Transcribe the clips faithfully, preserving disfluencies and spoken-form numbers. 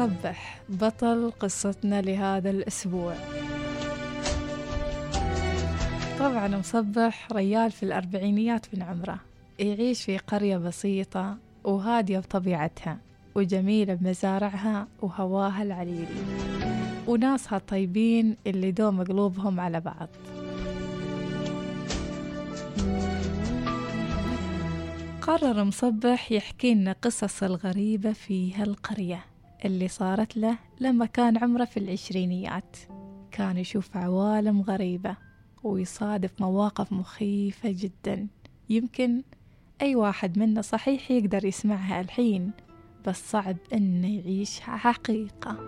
مصبح بطل قصتنا لهذا الأسبوع. طبعا مصبح ريال في الأربعينيات من عمره، يعيش في قرية بسيطة وهادية بطبيعتها وجميلة بمزارعها وهواها العليل وناسها طيبين اللي دوم قلوبهم على بعض. قرر مصبح يحكي لنا قصص الغريبة في هالقرية اللي صارت له لما كان عمره في العشرينيات. كان يشوف عوالم غريبة ويصادف مواقف مخيفة جدا، يمكن أي واحد منا صحيح يقدر يسمعها الحين، بس صعب إنه يعيشها حقيقة.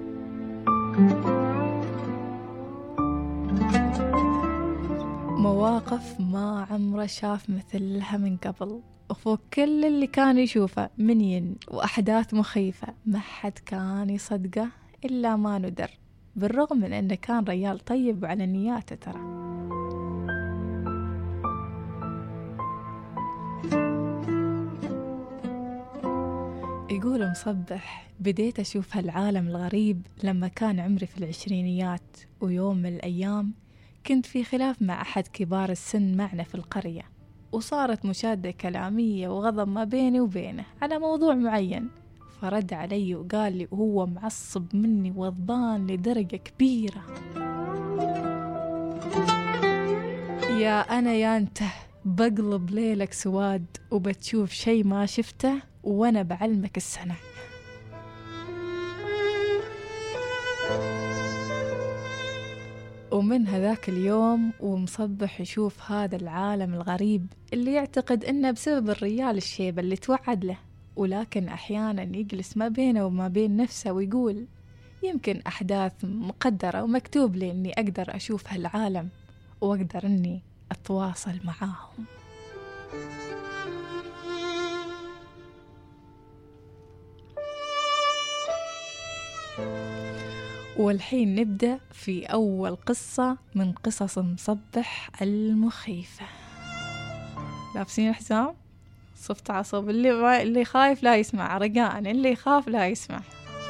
مواقف ما عمره شاف مثلها من قبل، وفوق كل اللي كان يشوفه منين وأحداث مخيفة ما حد كان يصدقه إلا ما ندر، بالرغم من أنه كان ريال طيب وعلى نياته ترى. يقول مصبح بديت أشوف هالعالم الغريب لما كان عمري في العشرينيات، ويوم من الأيام كنت في خلاف مع أحد كبار السن معنا في القرية، وصارت مشادة كلامية وغضب ما بيني وبينه على موضوع معين. فرد علي وقال لي وهو معصب مني وضبان لدرجة كبيرة: يا أنا يا أنت بقلب ليلك سواد وبتشوف شي ما شفته وأنا بعلمك السنة. ومن هذاك اليوم ومصبح يشوف هذا العالم الغريب اللي يعتقد إنه بسبب الريال الشيبة اللي توعد له، ولكن أحيانا يجلس ما بينه وما بين نفسه ويقول يمكن أحداث مقدرة ومكتوب لي إني أقدر أشوف هالعالم وأقدر إني أتواصل معاهم. والحين نبدأ في أول قصة من قصص مصبح المخيفة. لابسين حزام؟ صفت عصب، اللي ما اللي خايف لا يسمع، رجاءً اللي يخاف لا يسمع.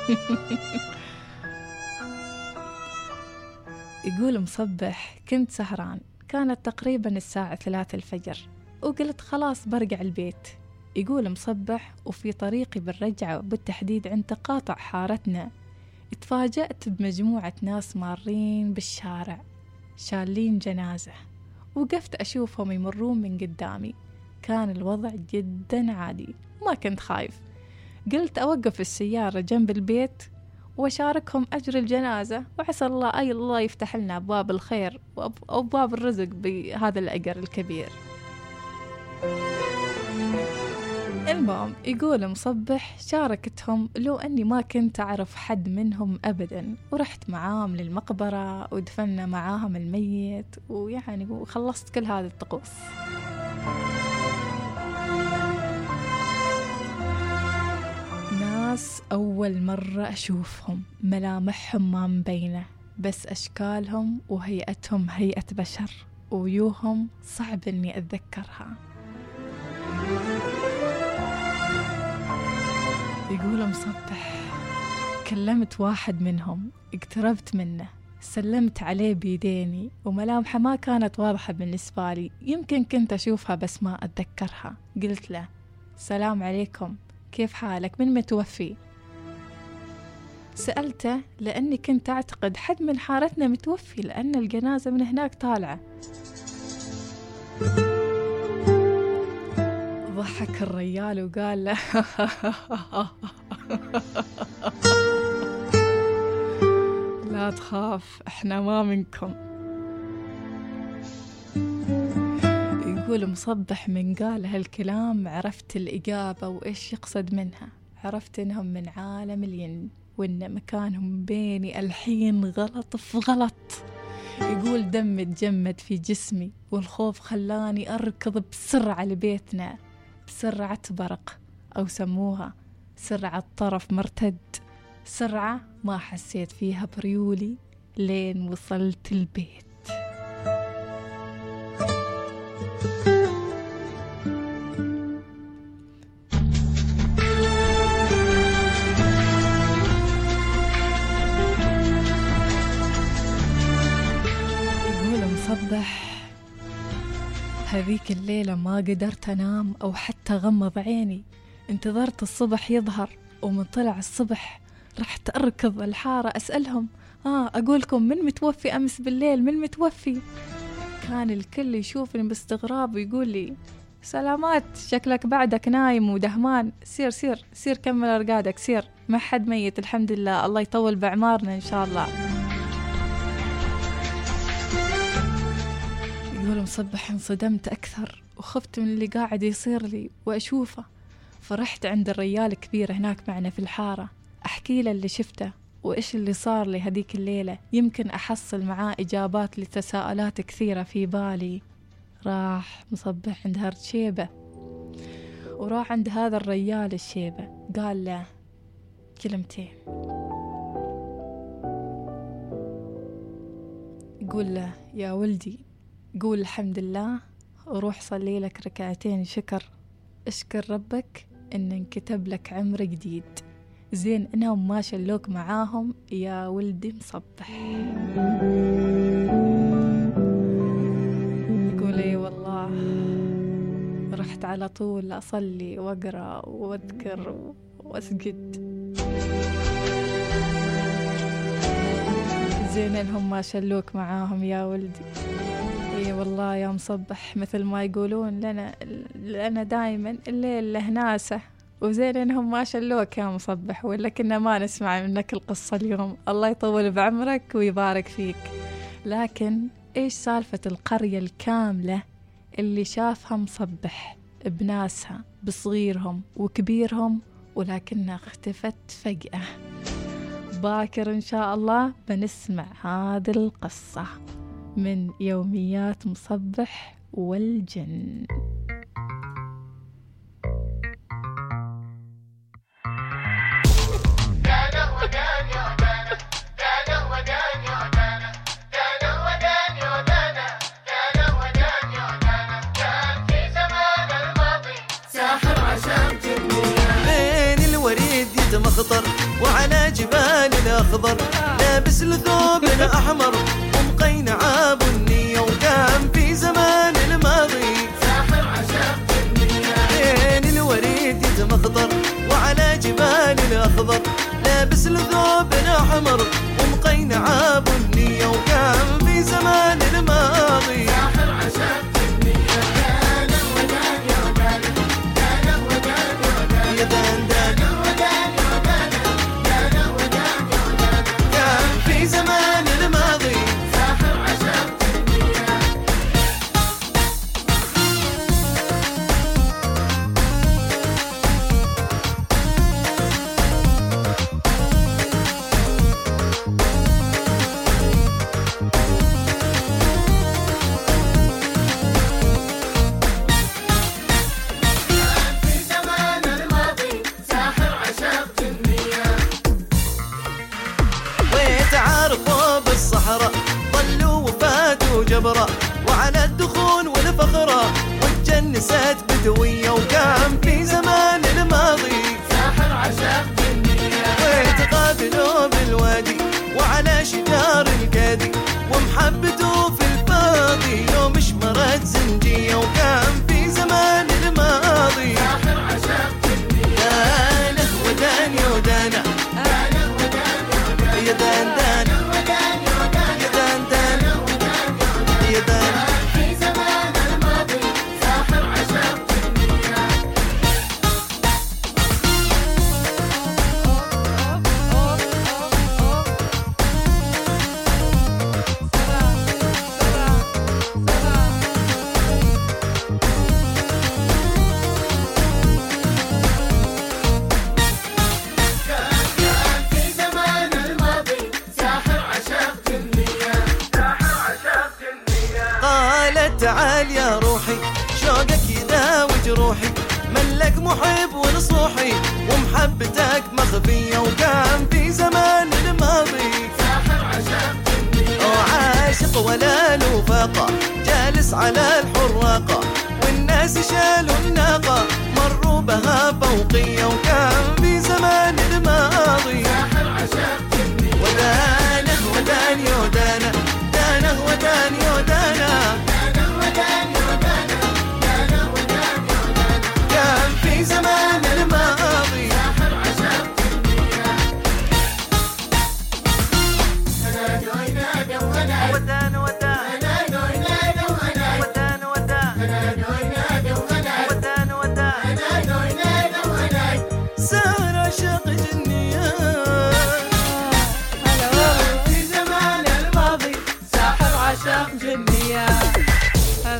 يقول مصبح كنت سهران، كانت تقريبا الساعة ثلاثة الفجر، وقلت خلاص برجع البيت. يقول مصبح وفي طريقي بالرجعة بالتحديد عند تقاطع حارتنا اتفاجأت بمجموعة ناس مارين بالشارع شالين جنازة، وقفت أشوفهم يمرون من قدامي. كان الوضع جدا عادي، ما كنت خايف. قلت أوقف السيارة جنب البيت وأشاركهم أجر الجنازة، وعسى الله أي الله يفتح لنا أبواب الخير وأبواب الرزق بهذا الأجر الكبير. المهم يقول مصبح شاركتهم لو أني ما كنت أعرف حد منهم أبدا، ورحت معاهم للمقبرة ودفننا معاهم الميت، ويعني وخلصت كل هذه الطقوس. ناس أول مرة أشوفهم، ملامحهم ما مبينة، بس أشكالهم وهيئتهم هيئة بشر، ويوهم صعب أني أتذكرها. يقول مصبح كلمت واحد منهم، اقتربت منه، سلمت عليه بيديني، وملامحه ما كانت واضحة بالنسبة لي، يمكن كنت أشوفها بس ما أتذكرها. قلت له السلام عليكم، كيف حالك، من متوفي؟ سألته لأني كنت أعتقد حد من حارتنا متوفي، لأن الجنازة من هناك طالعة. ضحك الرجال وقال له لا تخاف، احنا ما منكم. يقول مصبح من قال هالكلام عرفت الإجابة وإيش يقصد منها، عرفت إنهم من عالم الين، وإن مكانهم بيني الحين غلط في غلط. يقول دم تجمد في جسمي، والخوف خلاني أركض بسرعة لبيتنا، بسرعة برق، أو سموها سرعة طرف مرتد، سرعة ما حسيت فيها بريولي لين وصلت البيت. هذيك الليلة ما قدرت أنام أو حتى غمض عيني، انتظرت الصبح يظهر. ومن طلع الصبح رحت أركض الحارة أسألهم، آه أقولكم من متوفي أمس بالليل، من متوفي؟ كان الكل يشوفني باستغراب ويقول لي سلامات، شكلك بعدك نايم ودهمان، سير سير سير كمل أرقادك، سير، ما حد ميت الحمد لله، الله يطول بعمارنا إن شاء الله. يقول مصبح انصدمت أكثر وخفت من اللي قاعد يصير لي وأشوفه، فرحت عند الرجال الكبير هناك معنا في الحارة أحكي له اللي شفته وإيش اللي صار لي هذيك الليلة، يمكن أحصل معاه إجابات لتساؤلات كثيرة في بالي. راح مصبح عند هرد شيبة وراح عند هذا الرجال الشيبة، قال له كلمتين، قول له يا ولدي قول الحمد لله وروح صلي لك ركعتين شكر، اشكر ربك إن انكتب لك عمر جديد، زين إنهم ما شلوك معاهم يا ولدي مصبح. يقول اي والله رحت على طول أصلي وأقرأ وأذكر وأسجد، زين إنهم ما شلوك معاهم يا ولدي. اي والله يا مصبح مثل ما يقولون لنا لنا دايما الليل له ناسه، وزين إنهم ما شلوك يا مصبح، ولا كنا ما نسمع منك القصة اليوم، الله يطول بعمرك ويبارك فيك. لكن إيش سالفة القرية الكاملة اللي شافها مصبح بناسها بصغيرهم وكبيرهم ولكنها اختفت فجأة؟ باكر إن شاء الله بنسمع هذه القصة من يوميات مصبح والجن. مخطر وعلى جبال الأخضر لابس الثوب الأحمر ومقينع بنية، وكان في زمان الماضي ساحر عشاق جنية. بين الوريد يتمخضر وعلى جبال الأخضر لابس الثوب الأحمر ومقينع بنية، وكان في زمان الماضي ساحر عشاق جنية. دانا ودانا يا دانا، دانا ودانا يا دانا، زمان الماضي ساحر عشاق جنية. في زمان الماضي ساحر عشاق جنية. ويتعارفوا بالصحراء ظلوا وفاتوا جبرة، وعلى الدخون والفخرة وتجنست بدوية، وكان في زمان الماضي ساحر عشاق جنية. ويتقابلوا بالوادي وعلى شجار الكادي، ومحبته في الفاضي يوم شمرت زنجية، وكان في زمان الماضي ساحر عشاق جنية. دانا ودانا ودانا، دانا ودانا يا دان دان يا دان دان يا دان. في زمان الماضي ساحر عشاق جنية. تعال يا روحي شوقك يداوي جروحي، ملك محب ونصوحي ومحبتك مخفية، وكان في زمان الماضي ساحر عشاق جنية. وعاشق ولا له فاقة جالس على الحراقة، والناس شالوا الناقة مروا بها فوقية، وكان